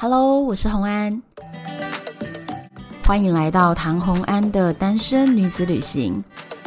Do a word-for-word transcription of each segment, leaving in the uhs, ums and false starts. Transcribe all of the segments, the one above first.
Hello， 我是洪安，欢迎来到唐洪安的单身女子旅行。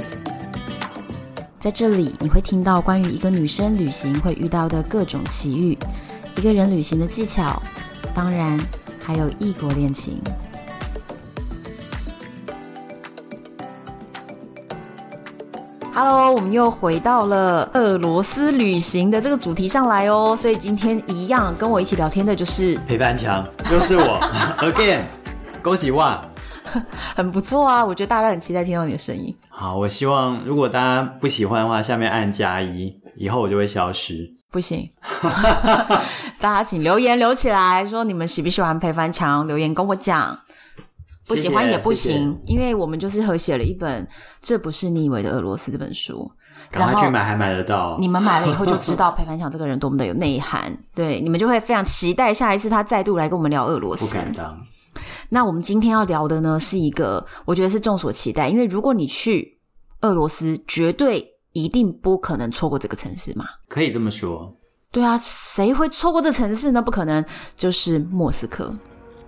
在这里，你会听到关于一个女生旅行会遇到的各种奇遇，一个人旅行的技巧，当然还有异国恋情。Hello， 我们又回到了俄罗斯旅行的这个主题上来哦，所以今天一样跟我一起聊天的就是裴凡强，又是我again， 恭喜哇， 很不错啊，我觉得大家很期待听到你的声音。 好，我希望如果大家不喜欢的话，下面按加一，以后我就会消失。 不行，大家请留言留起来，说你们喜不喜欢裴凡强，留言跟我讲。不喜欢也不行，谢谢，因为我们就是合写了一本《这不是你以为的俄罗斯》这本书， 赶快去买，还买得到。 你们买了以后就知道裴凡强这个人多么的有内涵，对，你们就会非常期待下一次他再度来跟我们聊俄罗斯。 不敢当。 那我们今天要聊的呢，是一个我觉得是众所期待，因为如果你去俄罗斯，绝对一定不可能错过这个城市嘛。 可以这么说。 对啊，谁会错过这城市呢？不可能，就是莫斯科。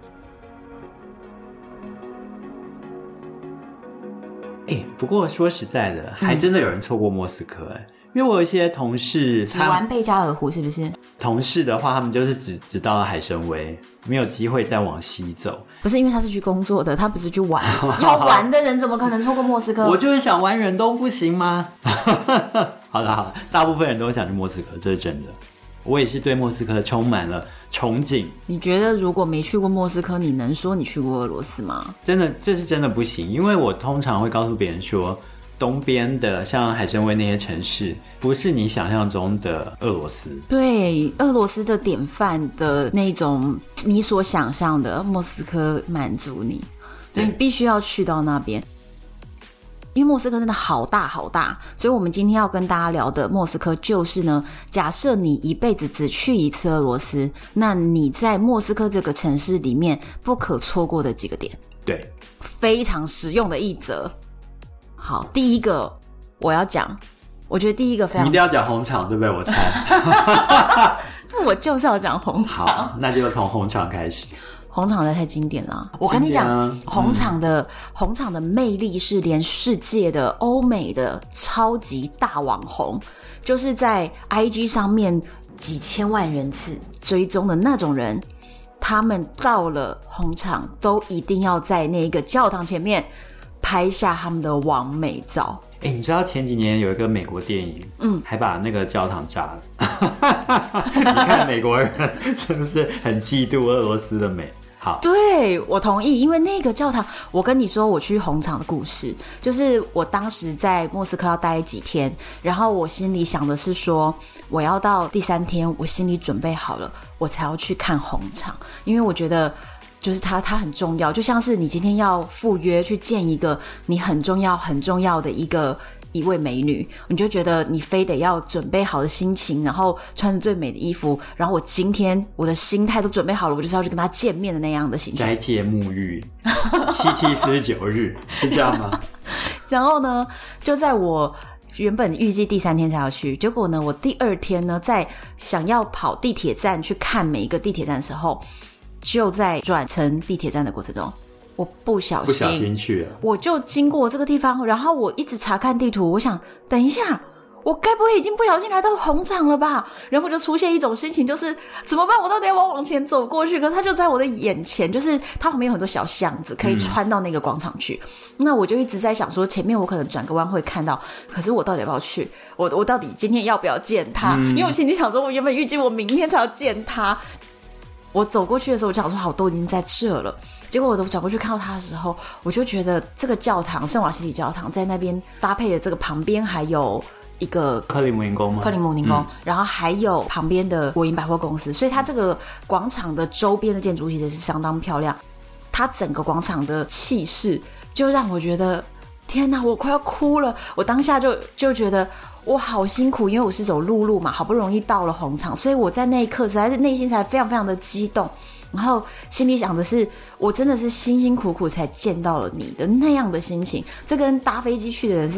欸，不过说实在的，还真的有人错过莫斯科欸，因为我有一些同事只玩贝加尔湖，是不是？ 同事的话，他们就是只只到了海参崴，没有机会再往西走。 不是因为他是去工作的，他不是去玩。要玩的人怎么可能错过莫斯科？ 我就是想玩远东，不行吗？好了好了，大部分人都想去莫斯科，这是真的。我也是对莫斯科充满了憧憬。你觉得如果没去过莫斯科，你能说你去过俄罗斯吗？ 真的，这是真的不行，因为我通常会告诉别人说，东边的像海参崴那些城市，不是你想象中的俄罗斯。 对，俄罗斯的典范的那种你所想象的莫斯科满足你，所以你必须要去到那边。因为莫斯科真的好大好大，所以我们今天要跟大家聊的莫斯科就是呢，假设你一辈子只去一次俄罗斯，那你在莫斯科这个城市里面不可错过的几个点。 对， 非常实用的一则。好，第一个我要讲，我觉得第一个非常， 你一定要讲红场对不对？我猜我就是要讲红场。 好，那就从红场开始。 红场的太经典了，我跟你讲、嗯、红场的红场的魅力是连世界的欧美的超级大网红，就是在 I G 上面几千万人次追踪的那种人，他们到了红场都一定要在那个教堂前面拍下他们的网美照。 欸，你知道前几年有一个美国电影，嗯，还把那个教堂炸了。你看美国人是不是很嫉妒俄罗斯的美？好， 对，我同意，因为那个教堂，我跟你说我去红场的故事，就是我当时在莫斯科要待几天，然后我心里想的是说，我要到第三天，我心里准备好了，我才要去看红场，因为我觉得就是它它很重要，就像是你今天要赴约去见一个你很重要很重要的一个一位美女，你就觉得你非得要准备好的心情，然后穿着最美的衣服，然后我今天我的心态都准备好了，我就是要去跟她见面的那样的心情。 斋戒沐浴七七四十九日是这样吗？ 然后呢，就在我原本预计第三天才要去，结果呢，我第二天呢，在想要跑地铁站去看每一个地铁站的时候，就在转乘地铁站的过程中，我不小心不小心去了， 我就经过这个地方，然后我一直查看地图，我想等一下，我该不会已经不小心来到红场了吧？然后就出现一种心情，就是怎么办？我到底要不要往前走过去？可是它就在我的眼前，就是它旁边有很多小巷子可以穿到那个广场去。嗯、那我就一直在想说，前面我可能转个弯会看到，可是我到底要不要去？我我到底今天要不要见他？嗯、因为我心里想说，我原本预计我明天才要见他。我走过去的时候，我就想说，好，我都已经在这了。结果我转过去看到他的时候，我就觉得这个教堂圣瓦西里教堂在那边搭配的这个旁边还有一个克里姆林宫吗？ 克里姆林宫、嗯、然后还有旁边的国营百货公司，所以它这个广场的周边的建筑其实是相当漂亮，它整个广场的气势就让我觉得天哪，我快要哭了。我当下就就觉得我好辛苦，因为我是走陆路嘛，好不容易到了红场，所以我在那一刻实在是内心才非常非常的激动，然后心里想的是，我真的是辛辛苦苦才见到了你的那样的心情，这跟搭飞机去的人是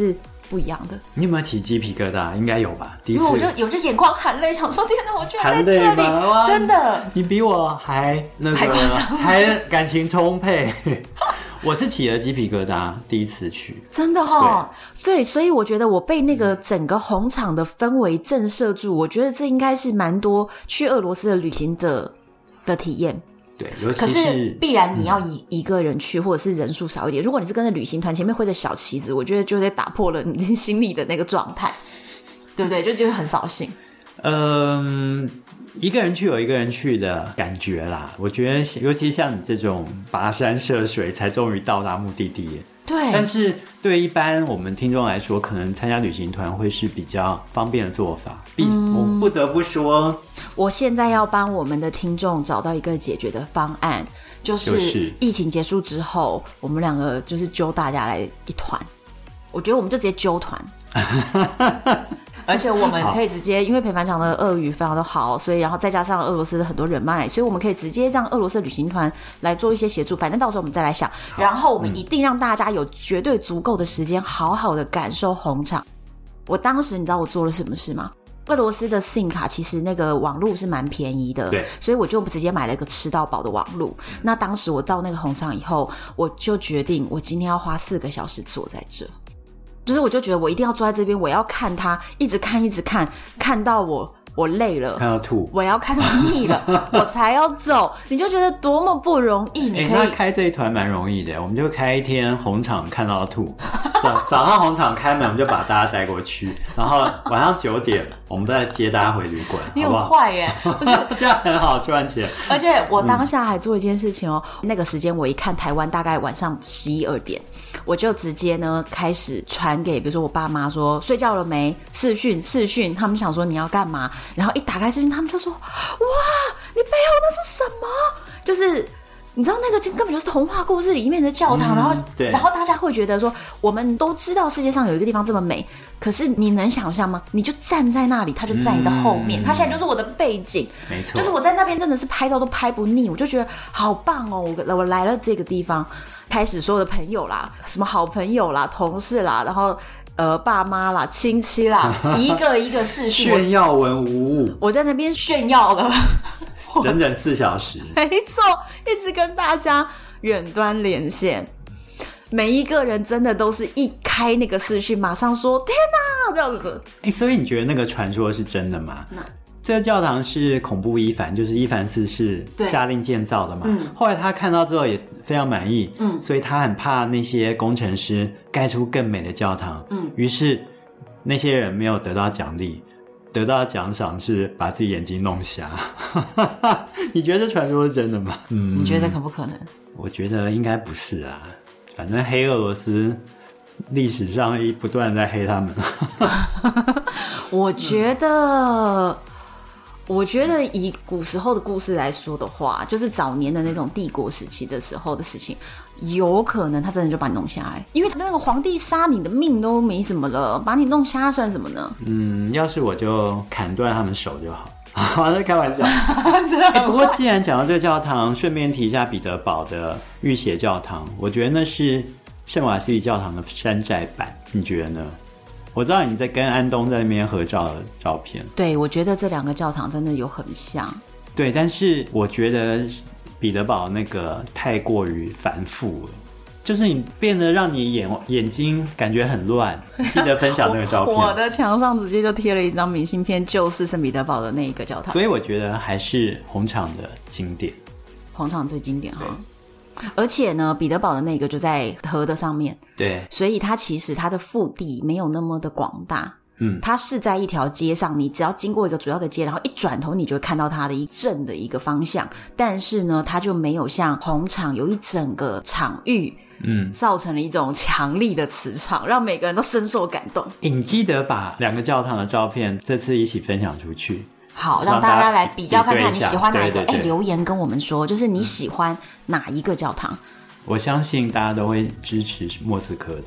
不一样的。 你有没有起鸡皮疙瘩？应该有吧。第一次因为我就有就眼眶含泪，想说天哪，我居然在这里，真的。 你比我还那个还感情充沛。我是起了鸡皮疙瘩，第一次去， 真的哦。对，所以我觉得我被那个整个红场的氛围震慑住，我觉得这应该是蛮多去俄罗斯的旅行的的体验。 对，尤其是可是必然你要一、嗯、一个人去，或者是人数少一点。如果你是跟着旅行团，前面挥着小旗子，我觉得就会打破了你心里的那个状态，对不对？就觉得很扫兴。 嗯。一个人去有一个人去的感觉啦，我觉得尤其像你这种跋山涉水才终于到达目的地， 对。 但是对一般我们听众来说，可能参加旅行团会是比较方便的做法。嗯、我不得不说， 我现在要帮我们的听众找到一个解决的方案，就是疫情结束之后，我们两个就是揪大家来一团。我觉得我们就直接揪团。而且我们可以直接，因为裴班长的俄语非常的好，所以然后再加上俄罗斯的很多人脉，所以我们可以直接让俄罗斯旅行团来做一些协助。反正到时候我们再来想，然后我们一定让大家有绝对足够的时间，好好的感受红场。我当时你知道我做了什么事吗？俄罗斯的 SIM 卡其实那个网路是蛮便宜的， 对， 所以我就直接买了一个吃到饱的网路。那当时我到那个红场以后，我就决定我今天要花四个小时坐在这。就是我就觉得我一定要坐在这边，我要看他，一直看一直看，看到我我累了， 看到吐， 我要看到腻了，我才要走。你就觉得多么不容易，你可以、 欸、那开这一团蛮容易的，我们就开一天红场看到吐，早早上红场开门，我们就把大家带过去，然后晚上九点我们再接大家回旅馆。 你很坏耶，不是这样很好赚钱。 而且我当下还做一件事情哦，嗯、那个时间我一看台湾大概晚上十一二点。我就直接呢开始传给比如说我爸妈说睡觉了没，视讯视讯，他们想说你要干嘛，然后一打开视讯他们就说哇你背后那是什么，就是你知道那个根本就是童话故事里面的教堂、嗯、然后然后大家会觉得说我们都知道世界上有一个地方这么美，可是你能想象吗？你就站在那里，他就在你的后面、嗯、他现在就是我的背景， 没错， 就是我在那边真的是拍照都拍不腻，我就觉得好棒哦，我我来了这个地方，开始所有的朋友啦，什么好朋友啦，同事啦，然后呃爸妈啦，亲戚啦，一个一个视讯炫耀文无误， 我在那边炫耀了整整四小时， 没错，一直跟大家远端连线，每一个人真的都是一开那个视讯马上说天哪这样子、 欸、所以你觉得那个传说是真的吗？这个教堂是恐怖伊凡，就是伊凡四世下令建造的嘛、嗯、后来他看到之后也非常满意、嗯、所以他很怕那些工程师盖出更美的教堂、嗯、于是那些人没有得到奖励，得到奖赏是把自己眼睛弄瞎你觉得这传说是真的吗？ 嗯，你觉得可不可能？ 我觉得应该不是啊，反正黑俄罗斯历史上不断在黑他们我觉得、嗯我觉得以古时候的故事来说的话，就是早年的那种帝国时期的时候的事情，有可能他真的就把你弄瞎来，因为那个皇帝杀你的命都没什么了，把你弄瞎算什么呢？ 嗯，要是我就砍断他们手就好我在开玩笑欸、不过既然讲到这个教堂，顺便提一下彼得堡的浴血教堂，我觉得那是圣瓦西里教堂的山寨版，你觉得呢？我知道你在跟安东在那边合照的照片， 对，我觉得这两个教堂真的有很像， 对，但是我觉得彼得堡那个太过于繁复了，就是你变得让你 眼, 眼睛感觉很乱记得分享那个照片我, 我的墙上直接就贴了一张明信片，就是圣彼得堡的那一个教堂， 所以我觉得还是红场的经典， 红场最经典哈。而且呢，彼得堡的那个就在河的上面， 对， 所以它其实它的腹地没有那么的广大， 嗯， 它是在一条街上，你只要经过一个主要的街，然后一转头你就会看到它的一正的一个方向，但是呢，它就没有像红场有一整个场域，嗯，造成了一种强力的磁场，让每个人都深受感动。 欸，你记得把两个教堂的照片这次一起分享出去， 好，让大家来比较看看你喜欢哪一个。哎，留言跟我们说，就是你喜欢哪一个教堂？ 我相信大家都会支持莫斯科的。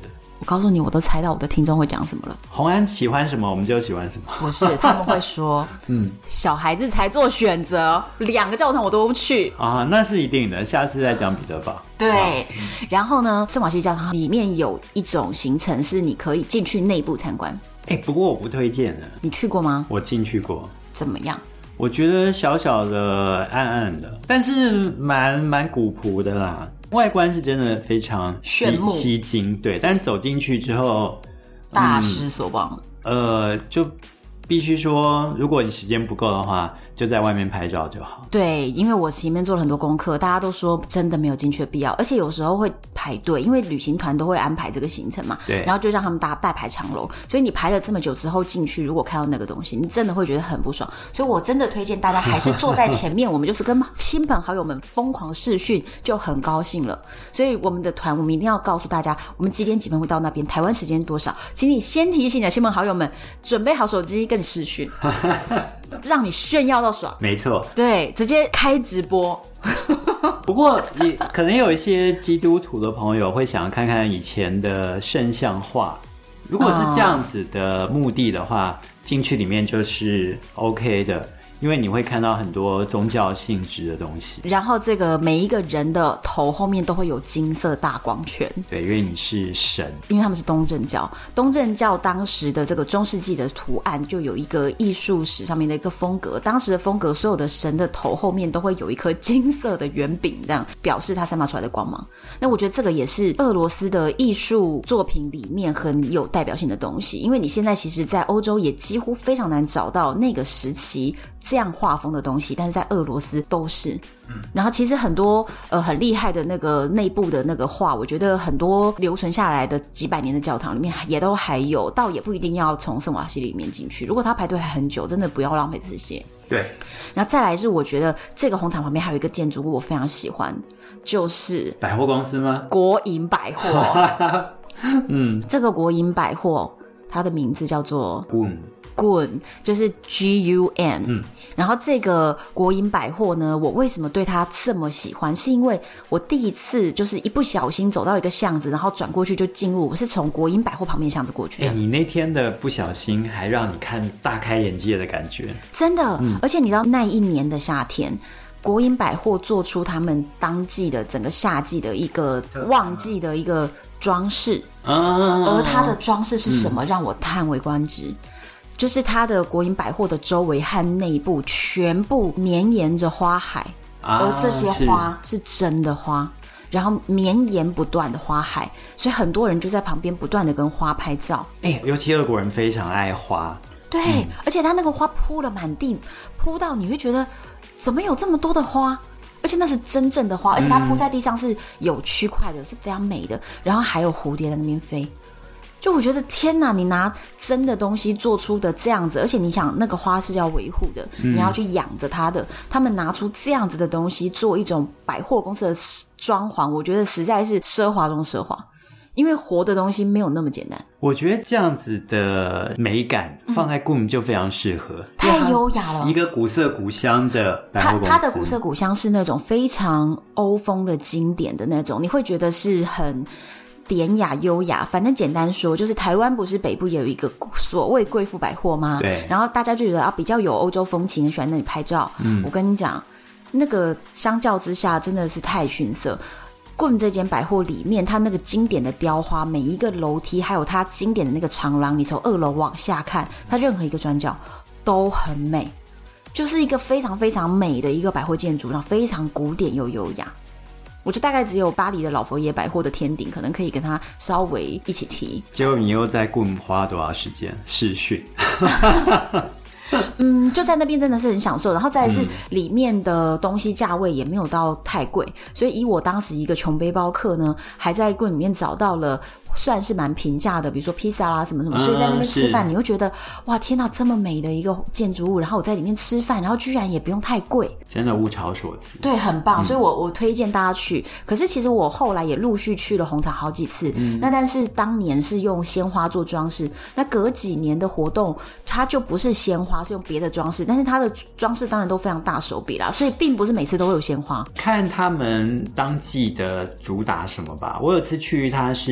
我告诉你，我都猜到我的听众会讲什么了。 洪安喜欢什么我们就喜欢什么。 不是，他们会说嗯，小孩子才做选择，两个教堂我都不去啊，那是一定的，下次再讲彼得堡。 对、嗯、然后呢，圣瓦西里教堂里面有一种行程是你可以进去内部参观。 哎、欸，不过我不推荐的。 你去过吗？ 我进去过。 怎么样？ 我觉得小小的暗暗的，但是蛮蛮古朴的啦，外观是真的非常炫目吸睛，对，但走进去之后大失所望、 嗯、呃就必须说如果你时间不够的话就在外面拍照就好。 对，因为我前面做了很多功课，大家都说真的没有进去的必要，而且有时候会排队，因为旅行团都会安排这个行程嘛， 对， 然后就让他们大家大排长龙，所以你排了这么久之后进去，如果看到那个东西你真的会觉得很不爽，所以我真的推荐大家还是坐在前面我们就是跟亲朋好友们疯狂视讯就很高兴了。所以我们的团我们一定要告诉大家我们几点几分会到那边，台湾时间多少，请你先提醒你的亲朋好友们准备好手机跟你视讯让你炫耀到爽。 没错， 对，直接开直播不过也可能有一些基督徒的朋友会想要看看以前的圣像画，如果是这样子的目的的话，进去里面就是 OK 的，因为你会看到很多宗教性质的东西。 然后这个每一个人的头后面都会有金色大光圈， 对，因为你是神， 因为他们是东正教。东正教当时的这个中世纪的图案就有一个艺术史上面的一个风格，当时的风格所有的神的头后面都会有一颗金色的圆饼，这样表示它散发出来的光芒。那我觉得这个也是俄罗斯的艺术作品里面很有代表性的东西，因为你现在其实在欧洲也几乎非常难找到那个时期这样画风的东西，但是在俄罗斯都是。嗯、然后其实很多呃很厉害的那个内部的那个画，我觉得很多留存下来的几百年的教堂里面也都还有，倒也不一定要从圣瓦西里里面进去，如果他排队还很久，真的不要浪费这些。 对， 然后再来是我觉得这个红场旁边还有一个建筑物我非常喜欢，就是百货公司吗？ 国营百货嗯， 这个国营百货它的名字叫做嗯 Gun， 就是 G U N。 嗯， 然后这个国营百货呢，我为什么对它这么喜欢，是因为我第一次就是一不小心走到一个巷子，然后转过去就进入，我是从国营百货旁边巷子过去的。 欸，你那天的不小心还让你看大开眼界的感觉， 真的、 嗯、 而且你知道那一年的夏天国营百货做出他们当季的整个夏季的一个旺季的一个装饰、啊、而它的装饰是什么、嗯、让我叹为观止，就是它的国营百货的周围和内部全部绵延着花海、啊、而这些花是真的花，然后绵延不断的花海，所以很多人就在旁边不断的跟花拍照、 欸、尤其俄国人非常爱花， 对、嗯、而且他那个花铺了满地，铺到你会觉得怎么有这么多的花，而且那是真正的花，而且它铺在地上是有区块的、嗯、是非常美的，然后还有蝴蝶在那边飞，就我觉得天哪，你拿真的东西做出的这样子，而且你想那个花是要维护的、嗯、你要去养着它的，他们拿出这样子的东西做一种百货公司的装潢，我觉得实在是奢华中奢华，因为活的东西没有那么简单。 我觉得这样子的美感放在 Gun 就非常适合、嗯、 太优雅了， 一个古色古香的百货公司。它的古色古香是那种非常欧风的经典的那种，你会觉得是很典雅优雅。反正简单说，就是台湾不是北部也有一个所谓贵妇百货吗？ 对。 然后大家就觉得啊，比较有欧洲风情，喜欢那里拍照。嗯，我跟你讲，那个相较之下真的是太逊色。Gun 这间百货里面，它那个经典的雕花，每一个楼梯，还有它经典的那个长廊，你从二楼往下看，它任何一个转角都很美，就是一个非常非常美的一个百货建筑，然后非常古典又优雅。我觉得大概只有巴黎的老佛爷百货的天顶可能可以跟他稍微一起提。 结果你又在 Gun 花了多少时间视讯？ 嗯，就在那边真的是很享受，然后再来是里面的东西价位也没有到太贵，所以以我当时一个穷背包客呢，还在 Gun 里面找到了算是蛮平价的，比如说披萨啦什么什么，所以在那边吃饭、嗯、你会觉得哇天哪，这么美的一个建筑物，然后我在里面吃饭，然后居然也不用太贵， 真的物超所值， 对，很棒、嗯、所以我我推荐大家去。可是其实我后来也陆续去了红场好几次、嗯、那但是当年是用鲜花做装饰，那隔几年的活动它就不是鲜花，是用别的装饰，但是它的装饰当然都非常大手笔啦，所以并不是每次都会有鲜花， 看他们当季的主打什么吧。我有次去它是放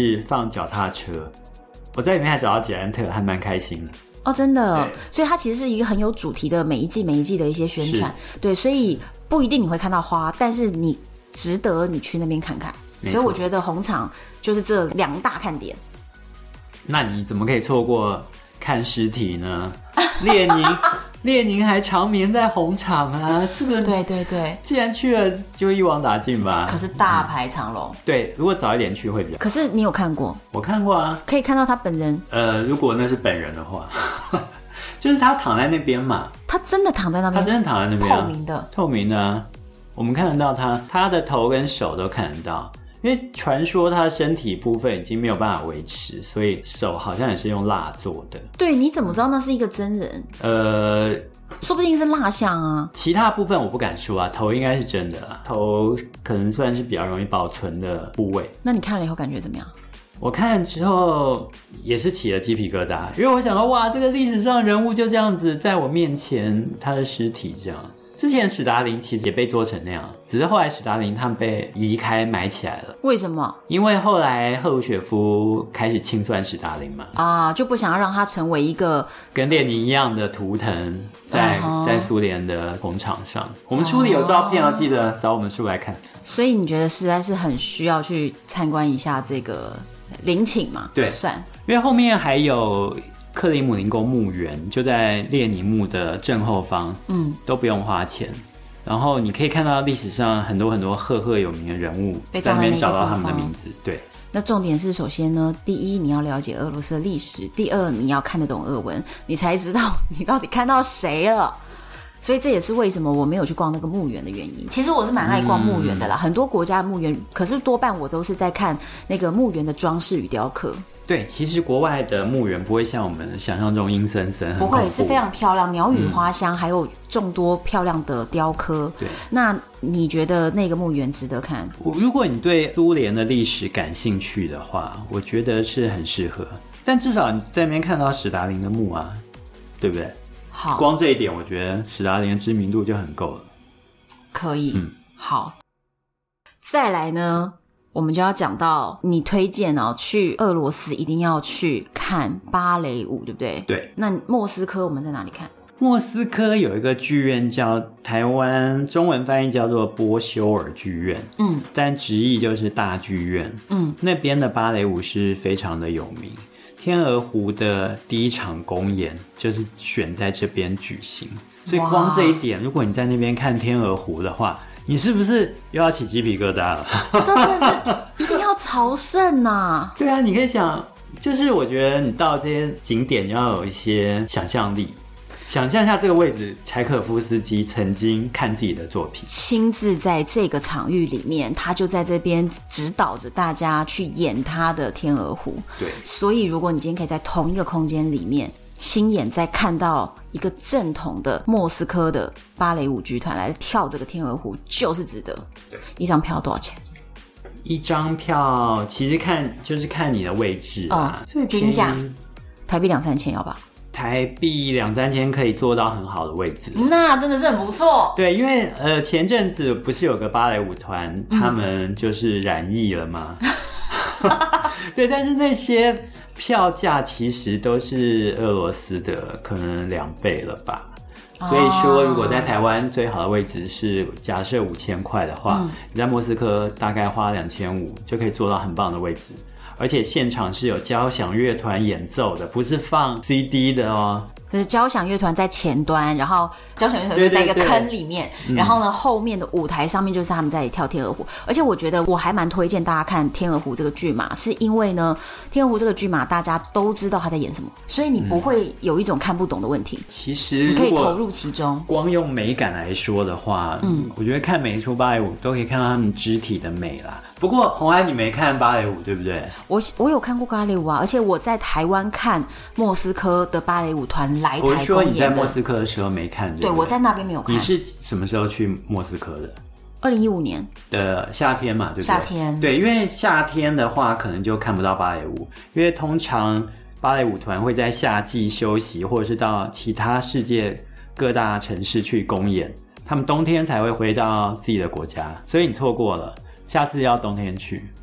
脚踏车，我在里面还找到捷安特，还蛮开心的。 哦，真的，所以它其实是一个很有主题的，每一季每一季的一些宣传，对，所以不一定你会看到花，但是你值得你去那边看看。所以我觉得红场就是这两大看点。 那你怎么可以错过看尸体呢？列宁，列宁还长眠在红场啊！这个对对对， 既然去了，就一网打尽吧。 可是大排长龙、嗯。 对，如果早一点去会比较。 可是你有看过？ 我看过啊， 可以看到他本人。 呃，如果那是本人的话，就是他躺在那边嘛。 他真的躺在那边？ 他真的躺在那边、啊， 透明的， 透明的、啊，我们看得到他，他的头跟手都看得到。因为传说他身体部分已经没有办法维持，所以手好像也是用蜡做的。 对，你怎么知道那是一个真人？ 呃， 说不定是蜡像啊。 其他部分我不敢说啊，头应该是真的啦，头可能算是比较容易保存的部位。 那你看了以后感觉怎么样？ 我看之后也是起了鸡皮疙瘩，因为我想到哇，这个历史上人物就这样子在我面前，他的尸体这样。之前史达林其实也被做成那样，只是后来史达林他们被移开埋起来了。 为什么？因为后来赫鲁雪夫开始清算史达林嘛， 啊，就不想要让他成为一个跟列宁一样的图腾在，在、uh-huh. 在苏联的红场上。我们书里有照片，要、uh-huh. 记得找我们书来看。 所以你觉得实在是很需要去参观一下这个陵寝嘛？ 对， 算， 因为后面还有克里姆林宫墓园，就在列宁墓的正后方，嗯，都不用花钱。然后你可以看到历史上很多很多赫赫有名的人物，在那边找到他们的名字。对， 那重点是，首先呢，第一你要了解俄罗斯的历史，第二你要看得懂俄文，你才知道你到底看到谁了。所以这也是为什么我没有去逛那个墓园的原因。其实我是蛮爱逛墓园的啦、嗯、很多国家的墓园，可是多半我都是在看那个墓园的装饰与雕刻。 对，其实国外的墓园不会像我们想象中阴森森， 不会，是非常漂亮，鸟语花香、嗯、还有众多漂亮的雕刻。 对， 那你觉得那个墓园值得看？ 如果你对苏联的历史感兴趣的话，我觉得是很适合。但至少你在那边看到史达林的墓啊，对不对？ 好， 光这一点我觉得史达林的知名度就很够了。 可以，嗯，好。再来呢，我们就要讲到你推荐哦，去俄罗斯一定要去看芭蕾舞，对不对？ 对。 那莫斯科我们在哪里看？ 莫斯科有一个剧院叫台湾中文翻译叫做波修尔剧院，嗯，但直译就是大剧院，嗯，那边的芭蕾舞是非常的有名。天鹅湖的第一场公演就是选在这边举行，所以光这一点，如果你在那边看天鹅湖的话，你是不是又要起鸡皮疙瘩了？ 这真的是一定要朝圣啊！ 对啊，你可以想，就是我觉得你到这些景点要有一些想象力。想象一下这个位置，柴可夫斯基曾经看自己的作品， 亲自在这个场域里面，他就在这边指导着大家去演他的天鹅湖。 对， 所以如果你今天可以在同一个空间里面亲眼再看到一个正统的莫斯科的芭蕾舞剧团来跳这个天鹅湖，就是值得。 对， 一张票多少钱？ 一张票其实看就是看你的位置啊， 哦、均价台币两三千要吧？ 台币两三千可以坐到很好的位置， 那真的是很不错。 对，因为呃前阵子不是有个芭蕾舞团、嗯，他们就是染疫了吗？对，但是那些票价其实都是俄罗斯的可能两倍了吧。所以说，如果在台湾最好的位置是假设五千块的话、嗯，你在莫斯科大概花两千五就可以坐到很棒的位置。而且现场是有交响乐团演奏的，不是放 C D 的哦。 就是交响乐团在前端，然后交响乐团就在一个坑里面，对对对，然后呢、嗯、后面的舞台上面就是他们在跳天鹅湖。而且我觉得我还蛮推荐大家看天鹅湖这个剧码，是因为呢天鹅湖这个剧码大家都知道他在演什么，所以你不会有一种看不懂的问题。嗯、 其实你可以投入其中。 光用美感来说的话，嗯，我觉得看每一出芭蕾舞都可以看到他们肢体的美啦。不过红安你没看芭蕾舞对不对？ 我我有看过芭蕾舞啊，而且我在台湾看莫斯科的芭蕾舞团来台公演的。 我说你在莫斯科的时候没看， 对, 对，我在那边没有看。 你是什么时候去莫斯科的？ 二零一五年的夏天嘛，对不对？ 夏天。对， 因为夏天的话可能就看不到芭蕾舞，因为通常芭蕾舞团会在夏季休息，或者是到其他世界各大城市去公演，他们冬天才会回到自己的国家，所以你错过了。下次要冬天去。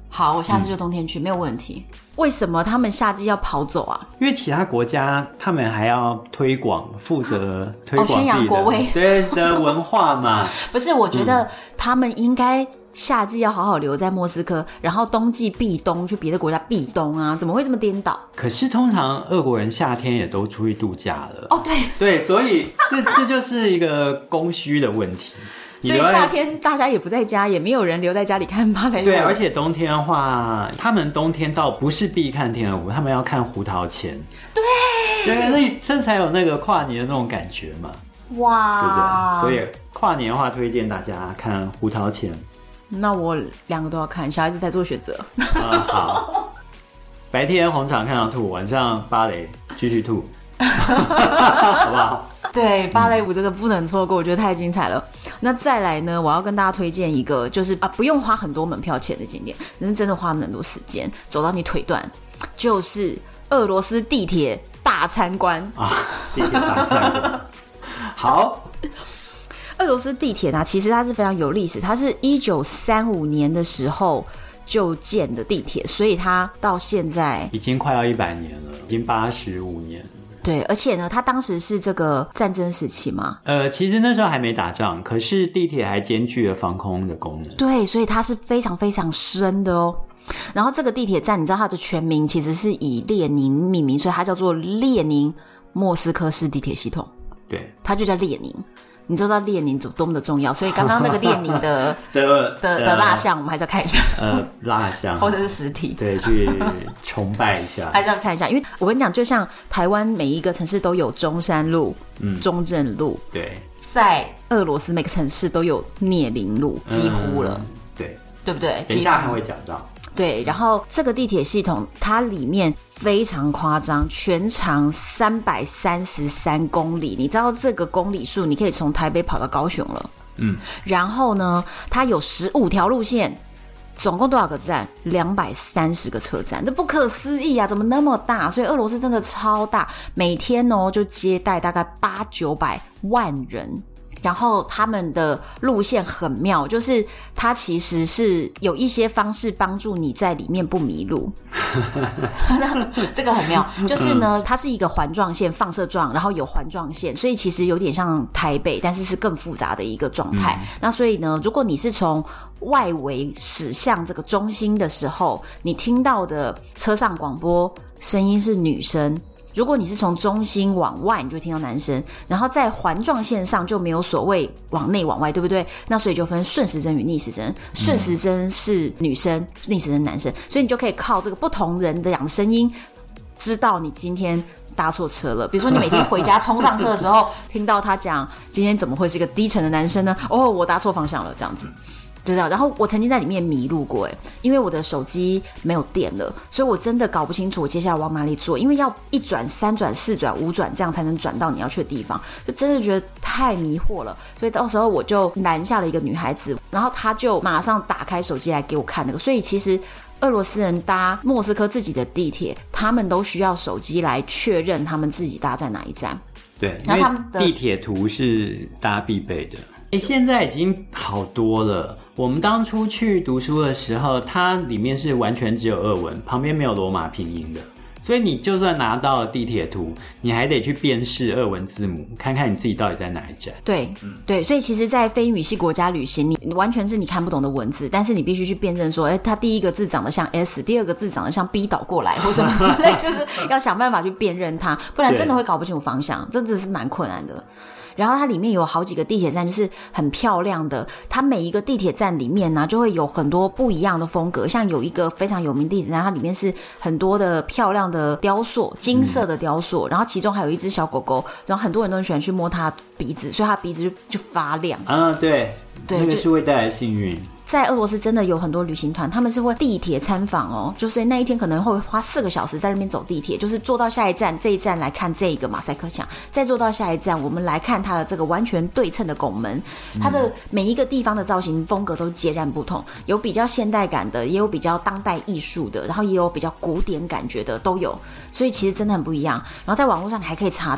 好，我下次就冬天去、嗯、没有问题。为什么他们夏季要跑走啊？ 因为其他国家他们还要推广，负责推广自己的、哦、宣扬国威对的文化嘛。 不是，我觉得他们应该夏季要好好留在莫斯科，然后冬季避冬去别的国家避冬啊，怎么会这么颠倒？ 可是通常俄国人夏天也都出去度假了。 哦，对对，所以这这就是一个供需的问题。 所以夏天大家也不在家，也没有人留在家里看芭蕾舞。 对，而且冬天的话，他们冬天倒不是必看天鹅湖，他们要看胡桃钳。 对， 对，那这才有那个跨年的那种感觉嘛。 哇， 对不对？所以跨年的话，推荐大家看胡桃钳。 那我两个都要看，小孩子在做选择。 嗯，好。白天红场看到吐，晚上芭蕾继续吐，好不好？ 对，芭蕾舞这个不能错过，我觉得太精彩了。那再来呢，我要跟大家推荐一个，就是啊，不用花很多门票钱的景点，但是真的花很多时间，走到你腿断，就是俄罗斯地铁大参观啊，地铁大参观。好。 俄罗斯地铁呢，其实它是非常有历史，它是一九三五年的时候就建的地铁，所以它到现在已经快要一百年了，已经八十五年。 对，而且呢，它当时是这个战争时期嘛， 呃，其实那时候还没打仗，可是地铁还兼具了防空的功能。 对，所以它是非常非常深的哦。然后这个地铁站，你知道它的全名其实是以列宁命名，所以它叫做列宁莫斯科市地铁系统。 对， 它就叫列宁。你知道列宁多么的重要，所以刚刚那个列宁的的的蜡像，我们还是要看一下。呃， 蜡像或者是实体， 对，去崇拜一下， 还是要看一下。因为我跟你讲，就像台湾每一个城市都有中山路、嗯、中正路， 对， 在俄罗斯每个城市都有聂林路，几乎了， 嗯、对， 对不对？ 等一下还会讲到。 对，然后这个地铁系统它里面非常夸张，全长三百三十三公里，你知道这个公里数你可以从台北跑到高雄了。嗯，然后呢，它有十五条路线，总共多少个站？两百三十个车站，这不可思议啊！怎么那么大？所以俄罗斯真的超大，每天哦就接待大概八九百万人。然后他们的路线很妙，就是它其实是有一些方式帮助你在里面不迷路。这个很妙，就是呢，它是一个环状线，放射状，然后有环状线，所以其实有点像台北，但是是更复杂的一个状态。嗯、那所以呢，如果你是从外围驶向这个中心的时候，你听到的车上广播声音是女生。如果你是从中心往外，你就会听到男生，然后在环状线上就没有所谓往内往外，对不对？那所以就分顺时针与逆时针，顺时针是女生，逆时针男生，所以你就可以靠这个不同人的讲声音，知道你今天搭错车了。比如说你每天回家冲上车的时候，听到他讲今天怎么会是一个低沉的男生呢？哦，我搭错方向了，这样子。就这样，然后我曾经在里面迷路过，哎，因为我的手机没有电了，所以我真的搞不清楚我接下来往哪里坐，因为要一转、三转、四转、五转，这样才能转到你要去的地方，就真的觉得太迷惑了。所以到时候我就拦下了一个女孩子，然后她就马上打开手机来给我看那个。所以其实俄罗斯人搭莫斯科自己的地铁，他们都需要手机来确认他们自己搭在哪一站。 对，因为地铁图是大家必备的。欸，现在已经好多了。我们当初去读书的时候，它里面是完全只有俄文，旁边没有罗马拼音的，所以你就算拿到了地铁图，你还得去辨识俄文字母，看看你自己到底在哪一站。 对，嗯、对，所以其实，在非语系国家旅行，你完全是你看不懂的文字，但是你必须去辨认说，哎，它第一个字长得像 S， 第二个字长得像 B 倒过来或什么之类，就是要想办法去辨认它，不然真的会搞不清楚方向，真的是蛮困难的。然后它里面有好几个地铁站，就是很漂亮的，它每一个地铁站里面呢、啊，就会有很多不一样的风格，像有一个非常有名的地铁站，它里面是很多的漂亮的雕塑，金色的雕塑、嗯、然后其中还有一只小狗狗，然后很多人都很喜欢去摸它的鼻子，所以它的鼻子 就, 就发亮啊，对对，那个是会带来幸运。 在俄罗斯真的有很多旅行团，他们是会地铁参访哦，就是那一天可能会花四个小时在那边走地铁，就是坐到下一站，这一站来看这个马赛克墙，再坐到下一站，我们来看它的这个完全对称的拱门，它的每一个地方的造型风格都截然不同，有比较现代感的，也有比较当代艺术的，然后也有比较古典感觉的都有，所以其实真的很不一样。然后在网络上你还可以查到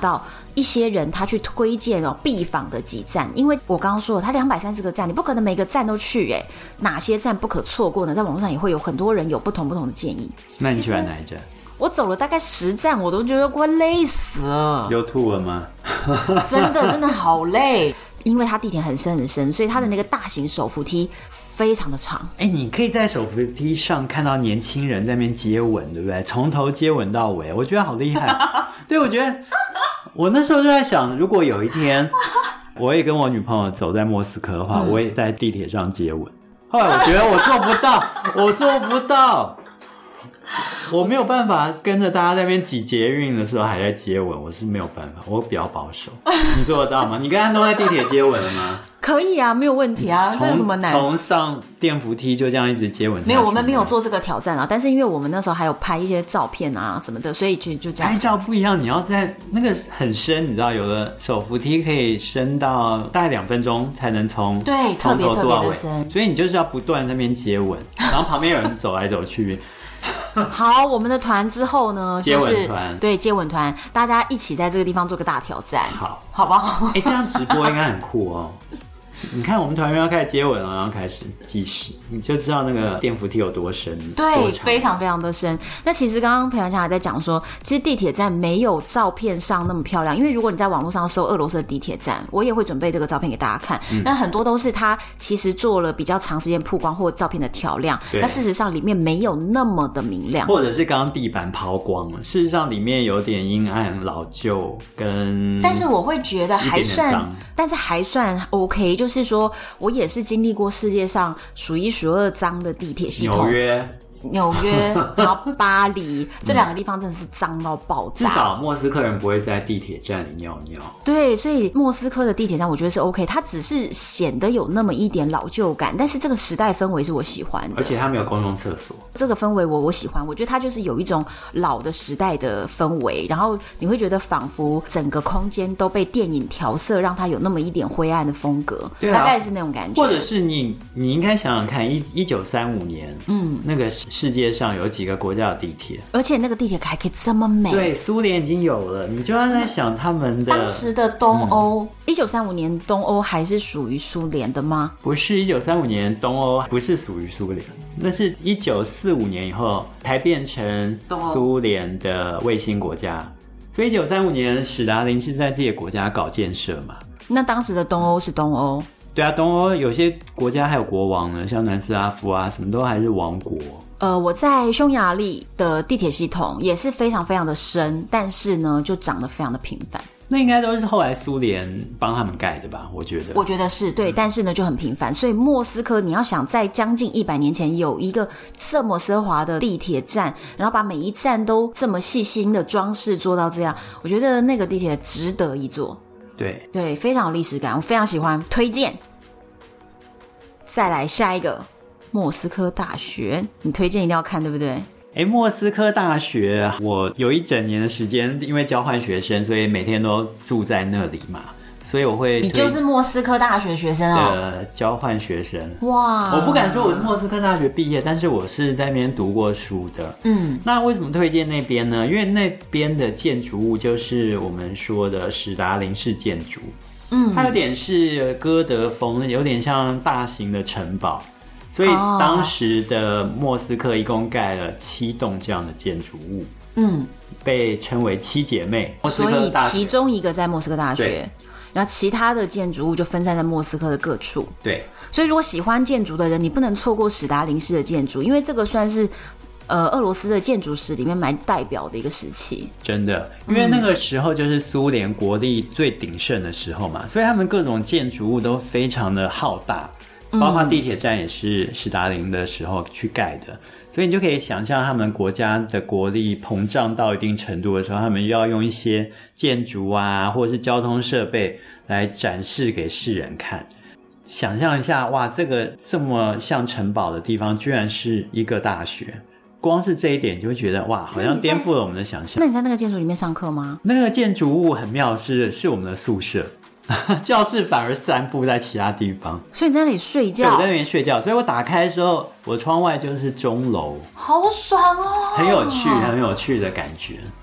一些人他去推荐哦必访的几站，因为我刚刚说了，他两百三十个站，你不可能每个站都去哎，哪些站不可错过呢？在网络上也会有很多人有不同不同的建议。 那你喜欢哪一站？ 我走了大概十站，我都觉得快累死了。 有吐了吗？ 真的真的好累，因为它地铁很深很深，所以它的那个大型手扶梯非常的长。 哎、欸，你可以在手扶梯上看到年轻人在那边接吻，对不对？从头接吻到尾，我觉得好厉害。对，我觉得我那时候就在想，如果有一天我也跟我女朋友走在莫斯科的话，嗯、我也在地铁上接吻。后来我觉得我做不到，我做不到。我没有办法跟着大家在那边挤捷运的时候还在接吻，我是没有办法，我比较保守。你做得到吗？你跟安东在地铁接吻了吗？ 可以啊，没有问题啊，这有什么难？ 从上电扶梯就这样一直接吻？ 没有，我们没有做这个挑战啊。但是因为我们那时候还有拍一些照片啊什么的，所以就就这样。 拍照不一样，你要在那个很深，你知道，有的手扶梯可以深到大概两分钟才能从对特别特别的深， 所以你就是要不断在那边接吻，然后旁边有人走来走去。 好，我们的团之后呢，就是接吻团， 对接吻团，大家一起在这个地方做个大挑战， 好， 好不好？ 哎、欸，这样直播应该很酷哦。你看我们团员要开始接吻了，然后开始计时，你就知道那个电扶梯有多深， 对，非常非常的深。那其实刚刚裴文强还在讲说，其实地铁站没有照片上那么漂亮，因为如果你在网络上搜俄罗斯的地铁站，我也会准备这个照片给大家看。嗯、那很多都是他其实做了比较长时间曝光或照片的调亮，那事实上里面没有那么的明亮， 或者是刚刚地板抛光了，事实上里面有点阴暗、老旧跟， 但是我会觉得还算，点点但是还算 OK， 就是说我也是经历过世界上数一数二脏的地铁系统， 纽约。 纽约，然后巴黎这两个地方真的是脏到爆炸。 至少莫斯科人不会在地铁站里尿尿。 对，所以莫斯科的地铁站我觉得是 OK， 它只是显得有那么一点老旧感，但是这个时代氛围是我喜欢的， 而且它没有公共厕所。 这个氛围我我喜欢，我觉得它就是有一种老的时代的氛围，然后你会觉得仿佛整个空间都被电影调色，让它有那么一点灰暗的风格，对、啊，大概是那种感觉。 或者是你你应该想想看，一一九三五年，嗯，那个。世界上有几个国家有地铁， 而且那个地铁还可以这么美。 对，苏联已经有了，你就要在想他们的当时的东欧。一九三五年东欧还是属于苏联的吗？ 不是，一九三五年东欧不是属于苏联，那是一九四五年以后才变成苏联的卫星国家。所以一九三五年史达林是在自己的国家搞建设嘛。 那当时的东欧是东欧。 对啊，东欧有些国家还有国王呢，像南斯拉夫啊，什么都还是王国。 呃，我在匈牙利的地铁系统也是非常非常的深，但是呢，就长得非常的平凡。 那应该都是后来苏联帮他们盖的吧？我觉得， 我觉得是对，但是呢，就很平凡。所以莫斯科，你要想在将近一百年前有一个这么奢华的地铁站，然后把每一站都这么细心的装饰做到这样，我觉得那个地铁值得一坐。 对对，非常有历史感，我非常喜欢，推荐。再来下一个。莫斯科大学，你推荐一定要看，对不对？ 哎，莫斯科大学，我有一整年的时间，因为交换学生，所以每天都住在那里嘛，所以我会。 你就是莫斯科大学学生哦？ 的交换学生。 哇！ 我不敢说我是莫斯科大学毕业，但是我是在那边读过书的。嗯，那为什么推荐那边呢？因为那边的建筑物就是我们说的史达林式建筑。嗯，它有点是哥德风，有点像大型的城堡。所以当时的莫斯科一共盖了七栋这样的建筑物，嗯，被称为七姐妹。 所以其中一个在莫斯科大学，然后其他的建筑物就分散在莫斯科的各处。 对， 所以如果喜欢建筑的人，你不能错过史达林式的建筑，因为这个算是呃俄罗斯的建筑史里面蛮代表的一个时期。 真的，因为那个时候就是苏联国力最鼎盛的时候嘛，所以他们各种建筑物都非常的浩大。包括地铁站也是史达林的时候去盖的，所以你就可以想象他们国家的国力膨胀到一定程度的时候，他们要用一些建筑啊，或者是交通设备来展示给世人看。想象一下，哇，这个这么像城堡的地方，居然是一个大学。光是这一点，就会觉得哇，好像颠覆了我们的想象。 那你在那个建筑里面上课吗？ 那个建筑物很妙是，是我们的宿舍。教室反而散布在其他地方， 所以你在那里睡觉？ 对，我在那边睡觉，所以我打开的时候，我窗外就是钟楼， 好爽哦， 很有趣，很有趣的感觉。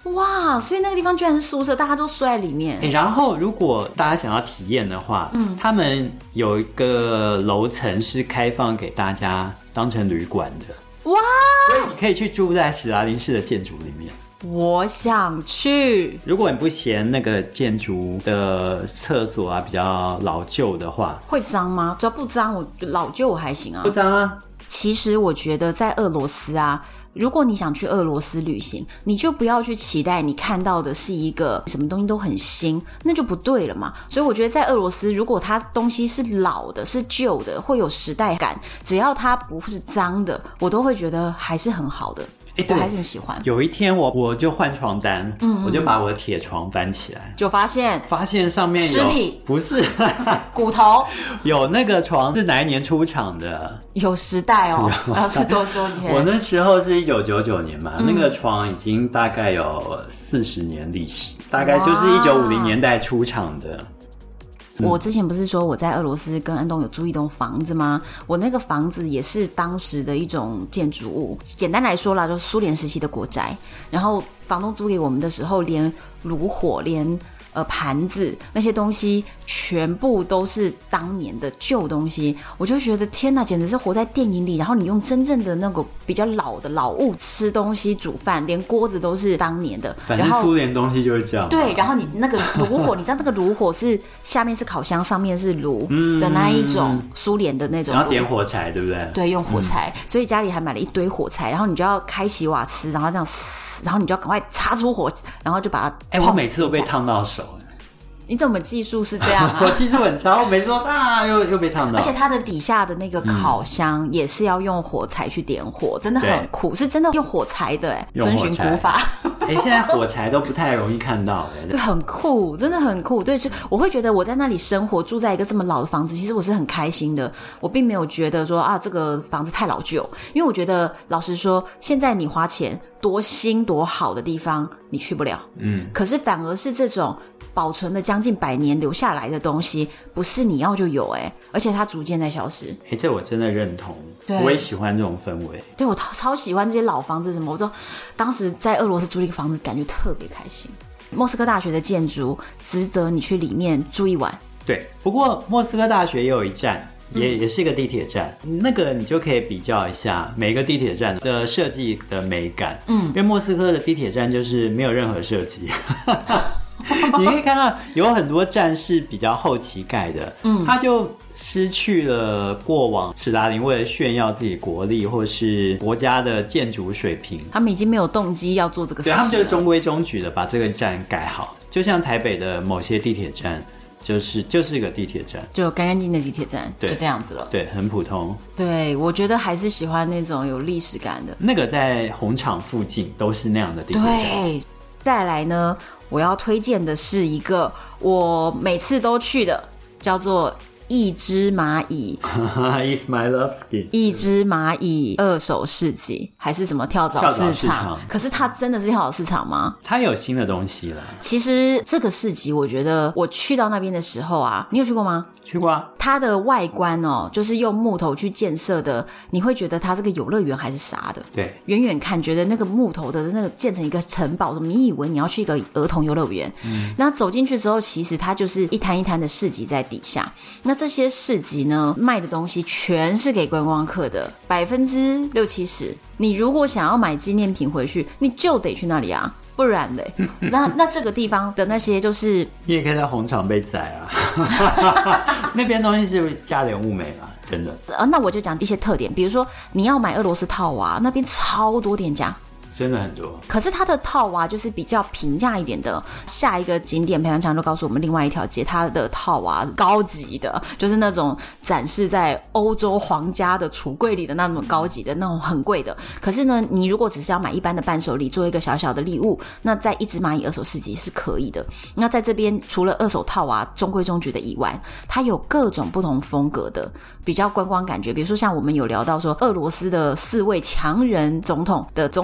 哇，所以那个地方居然是宿舍，大家都睡在里面。 欸、然后如果大家想要体验的话，嗯，他们有一个楼层是开放给大家当成旅馆的，哇！所以你可以去住在史达林市的建筑里面。 我想去。 如果你不嫌那个建筑的厕所啊比较老旧的话， 会脏吗？只要不脏，我老旧我还行啊。 不脏啊。 其实我觉得在俄罗斯啊，如果你想去俄罗斯旅行，你就不要去期待你看到的是一个什么东西都很新，那就不对了嘛。所以我觉得在俄罗斯，如果它东西是老的、是旧的，会有时代感，只要它不是脏的，我都会觉得还是很好的。欸、我还是很喜欢。 有一天我我就换床单，嗯嗯我就把我的铁床翻起来， 就发现发现上面有尸体， 不是骨头， 有那个床是哪一年出厂的？ 有时代哦，然后是多久前？ 我那时候是一九九九年嘛、嗯，那个床已经大概有四十年历史，大概就是一九五零年代出厂的。 我之前不是说我在俄罗斯跟安东有租一栋房子吗？我那个房子也是当时的一种建筑物，简单来说啦，就是苏联时期的国宅。然后房东租给我们的时候，连炉火，连呃盘子那些东西全部都是当年的旧东西，我就觉得天哪，简直是活在电影里。然后你用真正的那个比较老的老物吃东西煮饭，连锅子都是当年的。 反正苏联东西就是这样。 对，然后你那个炉火，你知道那个炉火是下面是烤箱，上面是炉的那一种苏联的那种。 然后点火柴，对不对？ 对，用火柴、嗯，所以家里还买了一堆火柴，然后你就要开启瓦斯，然后这样，然后你就要赶快擦出火，然后就把它。 哎、欸，我每次都被烫到手。 你怎么技术是这样啊？ 我技术很强，我每次都啊又又被烫到。 而且它的底下的那个烤箱也是要用火柴去点火，嗯、真的很酷，是真的用火柴的哎，遵循古法。 哎、欸，现在火柴都不太容易看到哎。 对，很酷，真的很酷。对，是我会觉得我在那里生活，住在一个这么老的房子，其实我是很开心的。我并没有觉得说啊这个房子太老旧，因为我觉得老实说，现在你花钱多新多好的地方你去不了，嗯，可是反而是这种保存了将近百年留下来的东西，不是你要就有哎，而且它逐渐在消失。 哎，这我真的认同，我也喜欢这种氛围。 对，我超喜欢这些老房子什么，我就当时在俄罗斯租了一个房子，感觉特别开心。莫斯科大学的建筑值得你去里面住一晚。 对，不过莫斯科大学也有一站。也也是一个地铁站，那个你就可以比较一下每个地铁站的设计的美感。嗯，因为莫斯科的地铁站就是没有任何设计。你可以看到有很多站是比较后期盖的，嗯，它就失去了过往史达林为了炫耀自己国力或是国家的建筑水平， 他们已经没有动机要做这个事情了。 对，他们就是中规中矩的把这个站盖好，就像台北的某些地铁站。就是就是一个地铁站， 就干干净净的地铁站，就这样子了。 对，很普通。 对，我觉得还是喜欢那种有历史感的。 那个在红场附近都是那样的地铁站。 对，再来呢，我要推荐的是一个我每次都去的，叫做一只蚂蚁 Ismailovsky 一只蚂蚁二手市集还是什么跳蚤市 场, 市场可是它真的是跳蚤市场吗？ 它有新的东西了。 其实这个市集我觉得我去到那边的时候啊，你有去过吗？ 去过啊。 它的外观哦，就是用木头去建设的，你会觉得它这个游乐园还是啥的。 对， 远远看觉得那个木头的那个建成一个城堡，你以为你要去一个儿童游乐园。嗯，那走进去之后，其实它就是一摊一摊的市集在底下。那这些市集呢，卖的东西全是给观光客的，百分之六七十。你如果想要买纪念品回去，你就得去那里啊。不然嘞，那那这个地方的那些就是你也可以在红场被宰啊。那边东西是价廉物美啦，真的。 呃，那我就讲一些特点，比如说你要买俄罗斯套娃，那边超多店家。 真的很多， 可是它的套娃就是比较平价一点的。下一个景点裴元强就告诉我们另外一条街，它的套娃高级的，就是那种展示在欧洲皇家的橱柜里的那种高级的那种很贵的。可是呢，你如果只是要买一般的伴手礼做一个小小的礼物，那在一只蚂蚁二手市集是可以的。那在这边除了二手套娃中规中矩的以外，它有各种不同风格的比较观光感觉，比如说像我们有聊到说俄罗斯的四位强人总统的总统套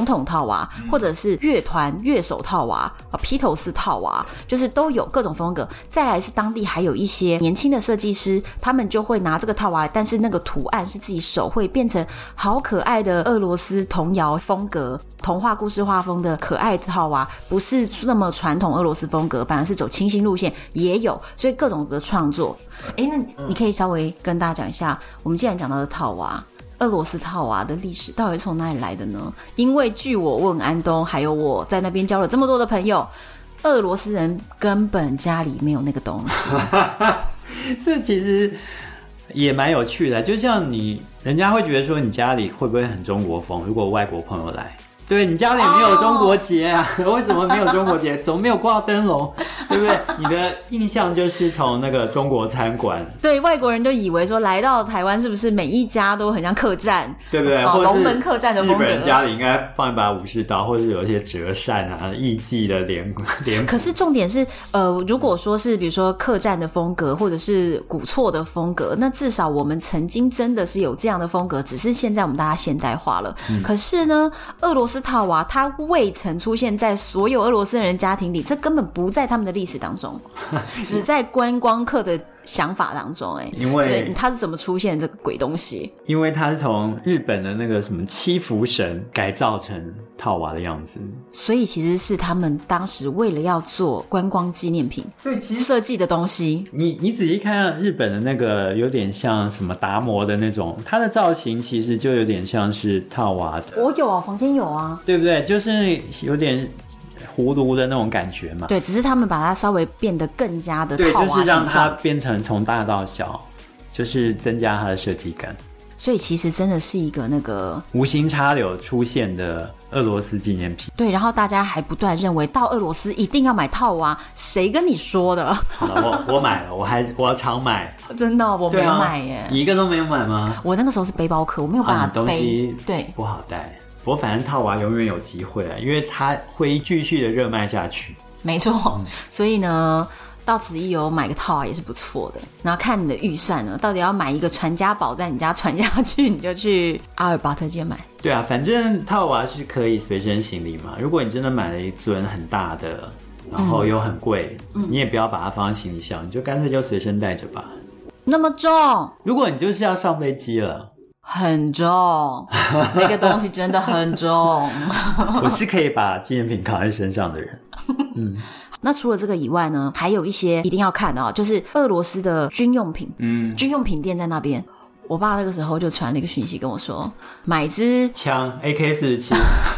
套娃，嗯、或者是乐团乐手套娃、啊、披头士套娃，就是都有各种风格。再来是当地还有一些年轻的设计师，他们就会拿这个套娃，但是那个图案是自己手绘，变成好可爱的俄罗斯童谣风格、童话故事画风的可爱的套娃，不是那么传统俄罗斯风格，反而是走清新路线也有，所以各种的创作。诶，那你可以稍微跟大家讲一下，我们既然讲到的套娃，俄罗斯套娃的历史到底从哪里来的呢？因为据我问安东，还有我在那边交了这么多的朋友，俄罗斯人根本家里没有那个东西。 这其实也蛮有趣的，就像你人家会觉得说你家里会不会很中国风，如果外国朋友来，对，你家里没有中国结啊、oh. 为什么没有中国结？怎么没有挂灯笼？对不对？你的印象就是从那个中国餐馆， 对，外国人就以为说来到台湾是不是每一家都很像客栈， 对不对？ 哦、 或者是龙门客栈的风格。 日本人家里应该放一把武士刀，或者是有一些折扇啊、艺伎的连连。 可是重点是，呃，如果说是比如说客栈的风格，或者是古厝的风格，那至少我们曾经真的是有这样的风格，只是现在我们大家现代化了。嗯、可是呢，俄罗斯套娃它未曾出现在所有俄罗斯人家庭里，这根本不在他们的历史当中，只在观光客的想法当中。哎，因为所以它是怎么出现这个鬼东西？ 因为它是从日本的那个什么七福神改造成套娃的样子， 所以其实是他们当时为了要做观光纪念品，对，其实设计的东西。 你你仔细看日本的那个，有点像什么达摩的那种，它的造型其实就有点像是套娃的。 我有啊，房间有啊， 对不对？就是有点葫芦的那种感觉嘛。 对，只是他们把它稍微变得更加的套娃形状， 对，就是让它变成从大到小，就是增加它的设计感。 所以其实真的是一个那个无心插柳出现的俄罗斯纪念品。 对，然后大家还不断认为到俄罗斯一定要买套娃，谁跟你说的？ 好了，我我买了，我还我常买。 真的、哦、我没买耶、 啊、你一个都没有买吗？ 我那个时候是背包客，我没有办法背、啊、 东西对不好带。不过反正套娃永远有机会啊，因为它会继续的热卖下去。 没错、嗯、所以呢到此一游买个套娃也是不错的。然后看你的预算呢，到底要买一个传家宝在你家传下去，你就去阿尔巴特街买。 对啊，反正套娃是可以随身行李嘛。如果你真的买了一尊很大的，然后又很贵、嗯、你也不要把它放在行李箱，你就干脆就随身带着吧。 那么重？ 如果你就是要上飞机了， 很重，那个东西真的很重。 我是可以把纪念品扛在身上的人。嗯， 那除了这个以外呢，还有一些一定要看的哦，就是俄罗斯的军用品。嗯，军用品店在那边。我爸那个时候就传了一个讯息跟我说，买支枪 A K 四十七。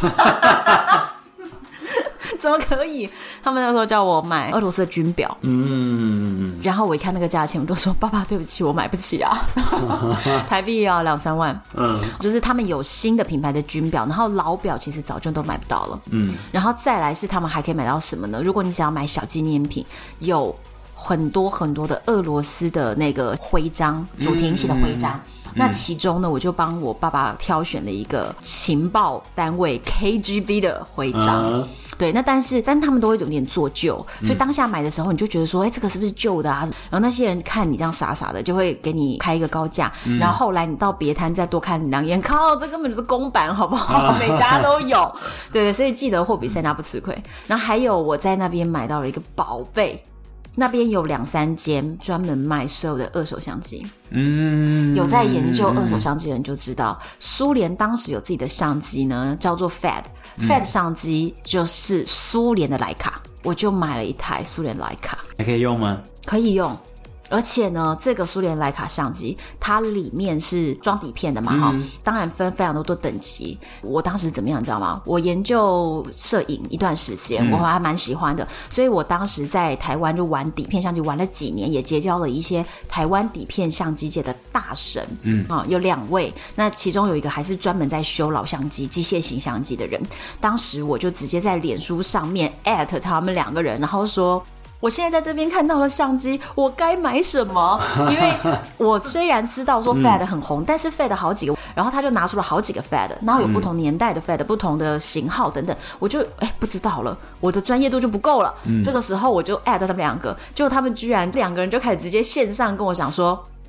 怎么可以？他们那时候叫我买俄罗斯的军表，嗯，然后我一看那个价钱，我就说爸爸对不起，我买不起啊，台币要两三万，嗯，就是他们有新的品牌的军表，然后老表其实早就都买不到了，嗯，然后再来是他们还可以买到什么呢？如果你想要买小纪念品，有很多很多的俄罗斯的那个徽章，主题型的徽章。嗯嗯，那其中呢，我就帮我爸爸挑选了一个情报单位 K G B 的徽章。Uh-huh. 对，那但是但他们都会有点做旧，所以当下买的时候你就觉得说，哎、欸，这个是不是旧的啊？然后那些人看你这样傻傻的，就会给你开一个高价。嗯、然后后来你到别摊再多看两眼，靠，这根本就是公版，好不好？每家都有。对对，所以记得货比三家不吃亏。然后还有我在那边买到了一个宝贝。那边有两三间专门卖所有的二手相机，嗯，有在研究二手相机的人就知道，苏联当时有自己的相机呢，叫做 F A D，F A D 相机就是苏联的徕卡，我就买了一台苏联徕卡。 还可以用吗？ 可以用。而且呢，这个苏联徕卡相机它里面是装底片的嘛、嗯、当然分非常多的等级。我当时怎么样你知道吗？我研究摄影一段时间、嗯、我还蛮喜欢的，所以我当时在台湾就玩底片相机玩了几年，也结交了一些台湾底片相机界的大神，嗯、啊、有两位，那其中有一个还是专门在修老相机机械型相机的人。当时我就直接在脸书上面 at 他们两个人，然后说我现在在这边看到了相机，我该买什么？因为我虽然知道说 F A D 很红、嗯、但是 F A D 好几个，然后他就拿出了好几个 F A D， 然后有不同年代的 F A D、嗯、不同的型号等等，我就哎不知道了，我的专业度就不够了、嗯、这个时候我就 add 他们两个，结果他们居然两个人就开始直接线上跟我讲说，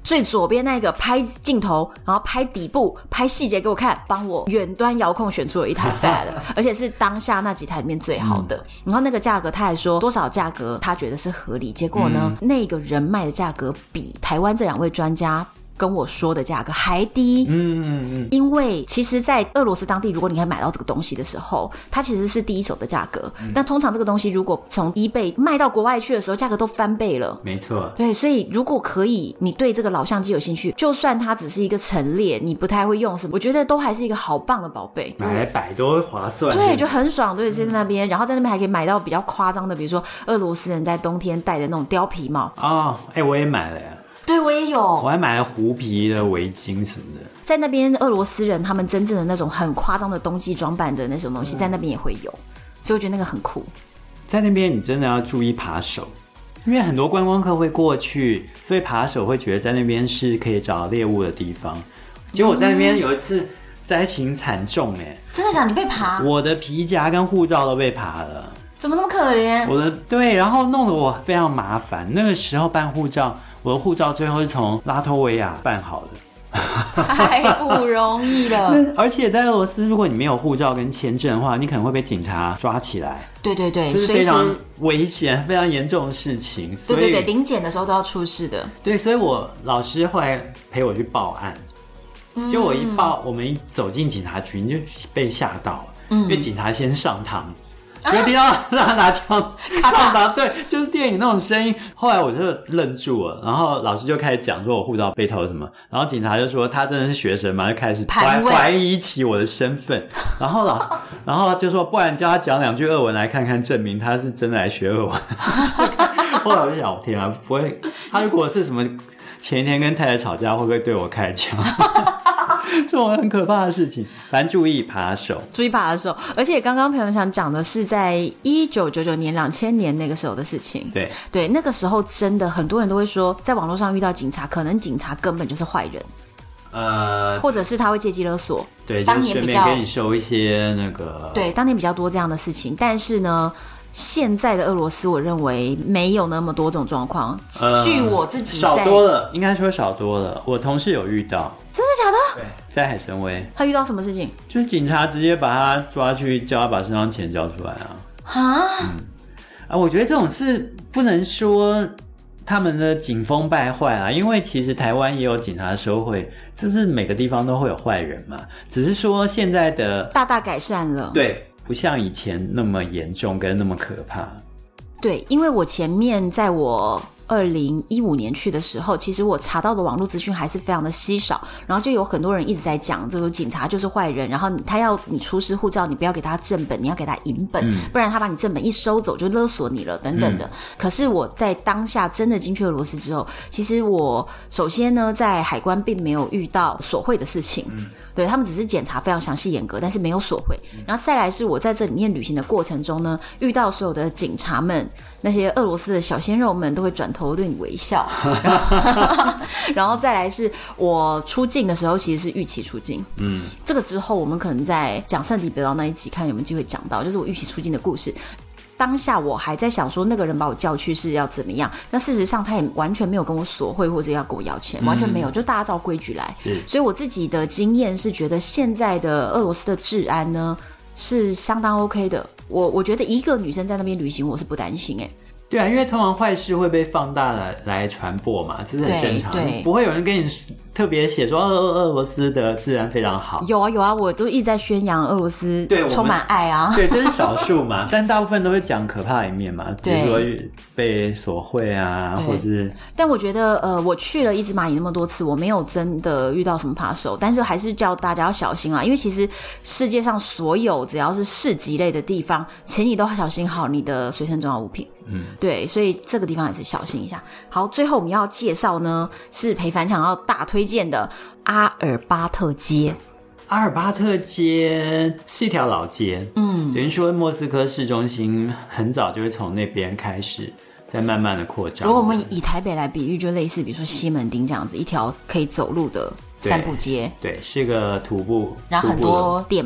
最左边那个拍镜头，然后拍底部拍细节给我看，帮我远端遥控选出了一台 F A D 而且是当下那几台里面最好的、嗯、然后那个价格他还说多少价格他觉得是合理，结果呢、嗯、那个人卖的价格比台湾这两位专家跟我说的价格还低。嗯嗯嗯，因为其实在俄罗斯当地如果你可以买到这个东西的时候，它其实是第一手的价格、嗯、但通常这个东西如果从 eBay 卖到国外去的时候价格都翻倍了。 没错， 对，所以如果可以你对这个老相机有兴趣，就算它只是一个陈列你不太会用什么，我觉得都还是一个好棒的宝贝， 买来摆都划算。 对，就很爽。对，在那边、嗯、然后在那边还可以买到比较夸张的，比如说俄罗斯人在冬天戴的那种貂皮帽。 哦，哎、欸，我也买了呀。 对，我也有， 我还买了狐皮的围巾什么的。 在那边俄罗斯人他们真正的那种很夸张的冬季装扮的那种东西、嗯、在那边也会有，所以我觉得那个很酷。 在那边你真的要注意扒手，因为很多观光客会过去，所以扒手会觉得在那边是可以找猎物的地方。结果我在那边有一次灾情惨重，哎、欸， 真的假的？你被扒？ 我的皮夹跟护照都被扒了。 怎么那么可怜？ 我的对，然后弄得我非常麻烦。那个时候办护照，我的护照最后是从拉脱维亚办好的， 太不容易了。 而且在俄罗斯，如果你没有护照跟签证的话，你可能会被警察抓起来。 对对对， 这是非常危险、非常严重的事情。 对对对，临检的时候都要出事的。 对，所以我老师后来陪我去报案，嗯、结果我一报，我们一走进警察局，你就被吓到了，嗯、因为警察先上膛。就听到他拿枪上膛，对，就是电影那种声音。后来我就愣住了，然后老师就开始讲说我护照被偷什么，然后警察就说他真的是学生嘛，就开始怀怀疑起我的身份。然后老师，然后就说不然叫他讲两句俄文来看看，证明他是真的来学俄文。后来我就想，我天啊，不会，他如果是什么前一天跟太太吵架，会不会对我开枪？这种很可怕的事情，反正注意扒手， 注意扒手。而且刚刚朋友想讲的是在一九九九年、两千年那个时候的事情。 对对，那个时候真的很多人都会说，在网络上遇到警察，可能警察根本就是坏人，呃，或者是他会借机勒索。 对，当年比较给你收一些那个， 对，当年比较多这样的事情。但是呢，现在的俄罗斯，我认为没有那么多这种状况。呃、据我自己在少多了，应该说少多了。我同事有遇到。 真的假的？ 对，在海参崴。 他遇到什么事情？ 就是警察直接把他抓去，叫他把身上钱交出来啊！哈，嗯，啊，我觉得这种事不能说他们的警风败坏啊，因为其实台湾也有警察收贿，就是每个地方都会有坏人嘛，只是说现在的大大改善了， 对，不像以前那么严重跟那么可怕。 对，因为我前面在我二零一五年去的时候，其实我查到的网络资讯还是非常的稀少，然后就有很多人一直在讲这个警察就是坏人，然后他要你出示护照，你不要给他正本，你要给他银本、嗯、不然他把你正本一收走就勒索你了等等的、嗯、可是我在当下真的进去俄罗斯之后，其实我首先呢在海关并没有遇到索贿的事情、嗯、对，他们只是检查非常详细严格，但是没有索贿、嗯、然后再来是我在这里面旅行的过程中呢，遇到所有的警察们，那些俄罗斯的小鲜肉们都会转头对你微笑然后, 然后再来是我出境的时候其实是预期出境，嗯，这个之后我们可能在讲圣彼得堡那一集看有没有机会讲到，就是我预期出境的故事。当下我还在想说那个人把我叫去是要怎么样，那事实上他也完全没有跟我索贿或者要跟我要钱、嗯、完全没有，就大家照规矩来。所以我自己的经验是觉得现在的俄罗斯的治安呢是相当 OK 的，我我觉得一个女生在那边旅行我是不担心欸。 对啊，因为通常坏事会被放大来来传播嘛，这是很正常的，不会有人跟你特别写说俄俄罗斯的治安非常好。 有啊有啊，我都一直在宣扬俄罗斯充满爱啊。 对，这是少数嘛，但大部分都会讲可怕的一面嘛，比如说被索贿啊，或者是。但我觉得呃，我去了一只蚂蚁那么多次，我没有真的遇到什么扒手，但是还是叫大家要小心啊，因为其实世界上所有只要是市集类的地方，请你都要小心好你的随身重要物品。嗯，对，所以这个地方也是小心一下。好，最后我们要介绍呢是裴凡想要大推荐的阿尔巴特街。 阿尔巴特街是一条老街，嗯，等于说莫斯科市中心很早就会从那边开始再慢慢的扩张。 如果我们以台北来比喻，就类似比如说西门町这样子一条可以走路的散步街。 对, 对，是个徒步， 然后很多店铺。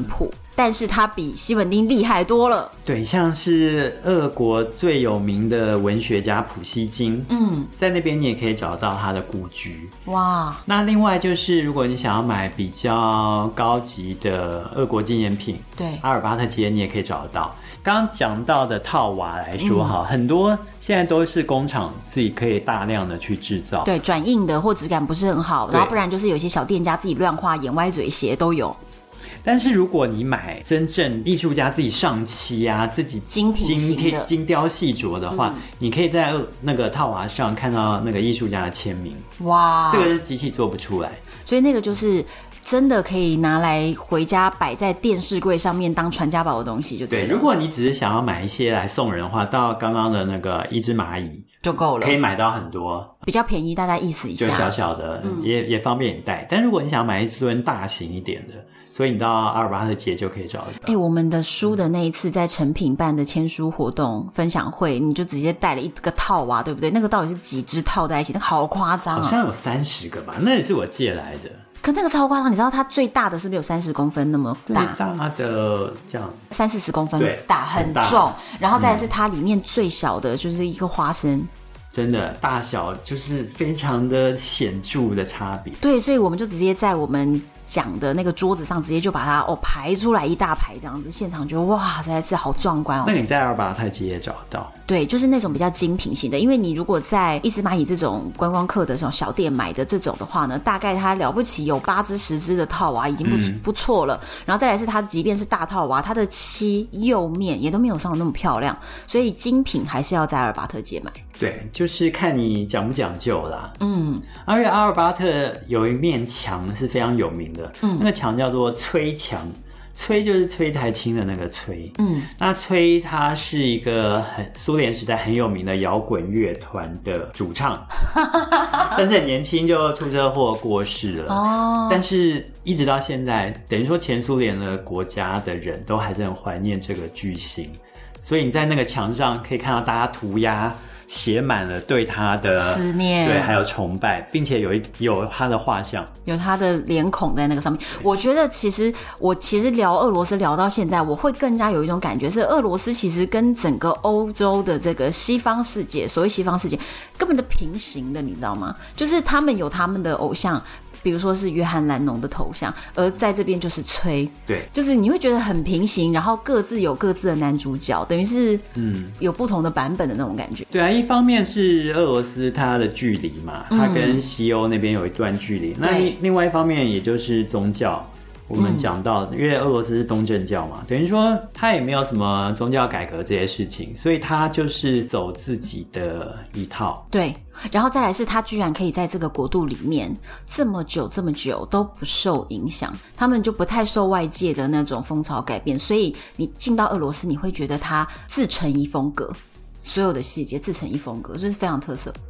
但是它比西门町厉害多了。 对，像是俄国最有名的文学家普希金，嗯，在那边你也可以找到他的故居。哇！那另外就是，如果你想要买比较高级的俄国纪念品， 对， 阿尔巴特街你也可以找得到。刚刚讲到的套娃来说哈、嗯，很多现在都是工厂自己可以大量的去制造， 对，转印的或质感不是很好，然后不然就是有些小店家自己乱画，眼歪嘴斜都有。 但是如果你买真正艺术家自己上漆啊，自己精品型的精雕细琢的话、嗯，你可以在那个套娃上看到那个艺术家的签名。哇，这个是机器做不出来， 所以那个就是真的可以拿来回家摆在电视柜上面当传家宝的东西就对了。 对，如果你只是想要买一些来送人的话，到刚刚的那个一只蚂蚁就够了， 可以买到很多比较便宜，大家意思一下， 就小小的，嗯、也也方便你带。但如果你想要买一尊大型一点的，所以你到阿尔巴特街就可以找得到。 哎、欸，我们的书的那一次在诚品办的签书活动分享会，你就直接带了一个套娃，对不对？那个到底是几只套在一起？那个好夸张啊！ 好像有三十个吧，那也是我借来的。 可那个超夸张，你知道它最大的是不是有三十公分那么大？ 最大的这样三四十公分大，很重。然后再来是它里面最小的就是一个花生。嗯， 真的大小就是非常的显著的差别。 对，所以我们就直接在我们讲的那个桌子上直接就把它哦排出来一大排这样子，现场觉得哇实在是好壮观哦。 那你在阿尔巴特街也找得到？ 对，就是那种比较精品型的，因为你如果在一只蚂蚁这种观光客的这种小店买的这种的话呢，大概它了不起有八只十只的套娃已经不、嗯、不错了，然后再来是它即便是大套娃，它的漆釉面也都没有上的那么漂亮，所以精品还是要在阿尔巴特街买。 对，就是看你讲不讲究啦。嗯，而且阿尔巴特有一面墙是非常有名的，嗯，那个墙叫做崔墙。崔就是崔台青的那个崔，嗯，那崔他是一个很苏联时代很有名的摇滚乐团的主唱，但是很年轻就出车祸过世了。哦，但是一直到现在，等于说前苏联的国家的人都还是很怀念这个巨星，所以你在那个墙上可以看到大家涂鸦。写满了对他的思念， 对，还有崇拜，并且有一有他的画像， 有他的脸孔在那个上面。我觉得其实我其实聊俄罗斯聊到现在，我会更加有一种感觉是，俄罗斯其实跟整个欧洲的这个西方世界，所谓西方世界根本就平行的，你知道吗？就是他们有他们的偶像。比如说是约翰兰农的头像，而在这边就是崔， 对， 就是你会觉得很平行，然后各自有各自的男主角，等于是嗯有不同的版本的那种感觉。 对啊，一方面是俄罗斯它的距离嘛，它跟西欧那边有一段距离、嗯，那另外一方面也就是宗教。我们讲到、嗯，因为俄罗斯是东正教嘛，等于说他也没有什么宗教改革这些事情，所以他就是走自己的一套。 对，然后再来是他居然可以在这个国度里面这么久这么久都不受影响，他们就不太受外界的那种风潮改变，所以你进到俄罗斯，你会觉得他自成一风格，所有的细节自成一风格，就是非常特色。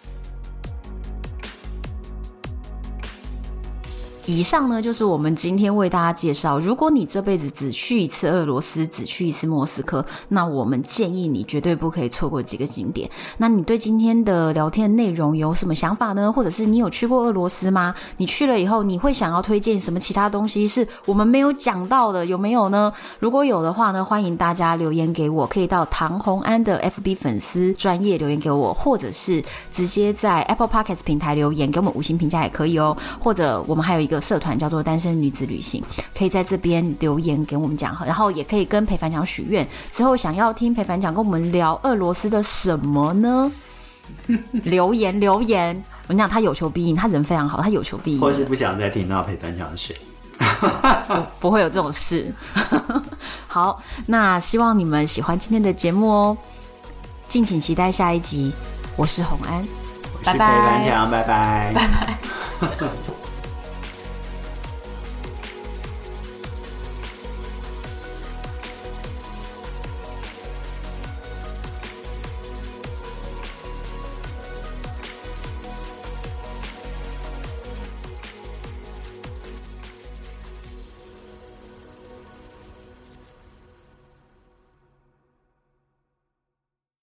以上呢就是我们今天为大家介绍，如果你这辈子只去一次俄罗斯，只去一次莫斯科，那我们建议你绝对不可以错过几个景点。那你对今天的聊天内容有什么想法呢？或者是你有去过俄罗斯吗？你去了以后你会想要推荐什么其他东西是我们没有讲到的，有没有呢？如果有的话呢，欢迎大家留言给我，可以到唐红安的 F B 粉丝专页留言给我，或者是直接在 Apple Podcast 平台留言给我们五星评价也可以哦。或者我们还有一个社团叫做单身女子旅行，可以在这边留言给我们讲，然后也可以跟裴凡强许愿，之后想要听裴凡强跟我们聊俄罗斯的什么呢？留言留言，我跟你讲，他有求必应，他人非常好，他有求必应， 或是不想再听到裴凡强的声音。 不, 不会有这种事。好，那希望你们喜欢今天的节目哦，敬请期待下一集。我是洪安， 我是裴凡强，拜拜， 拜拜。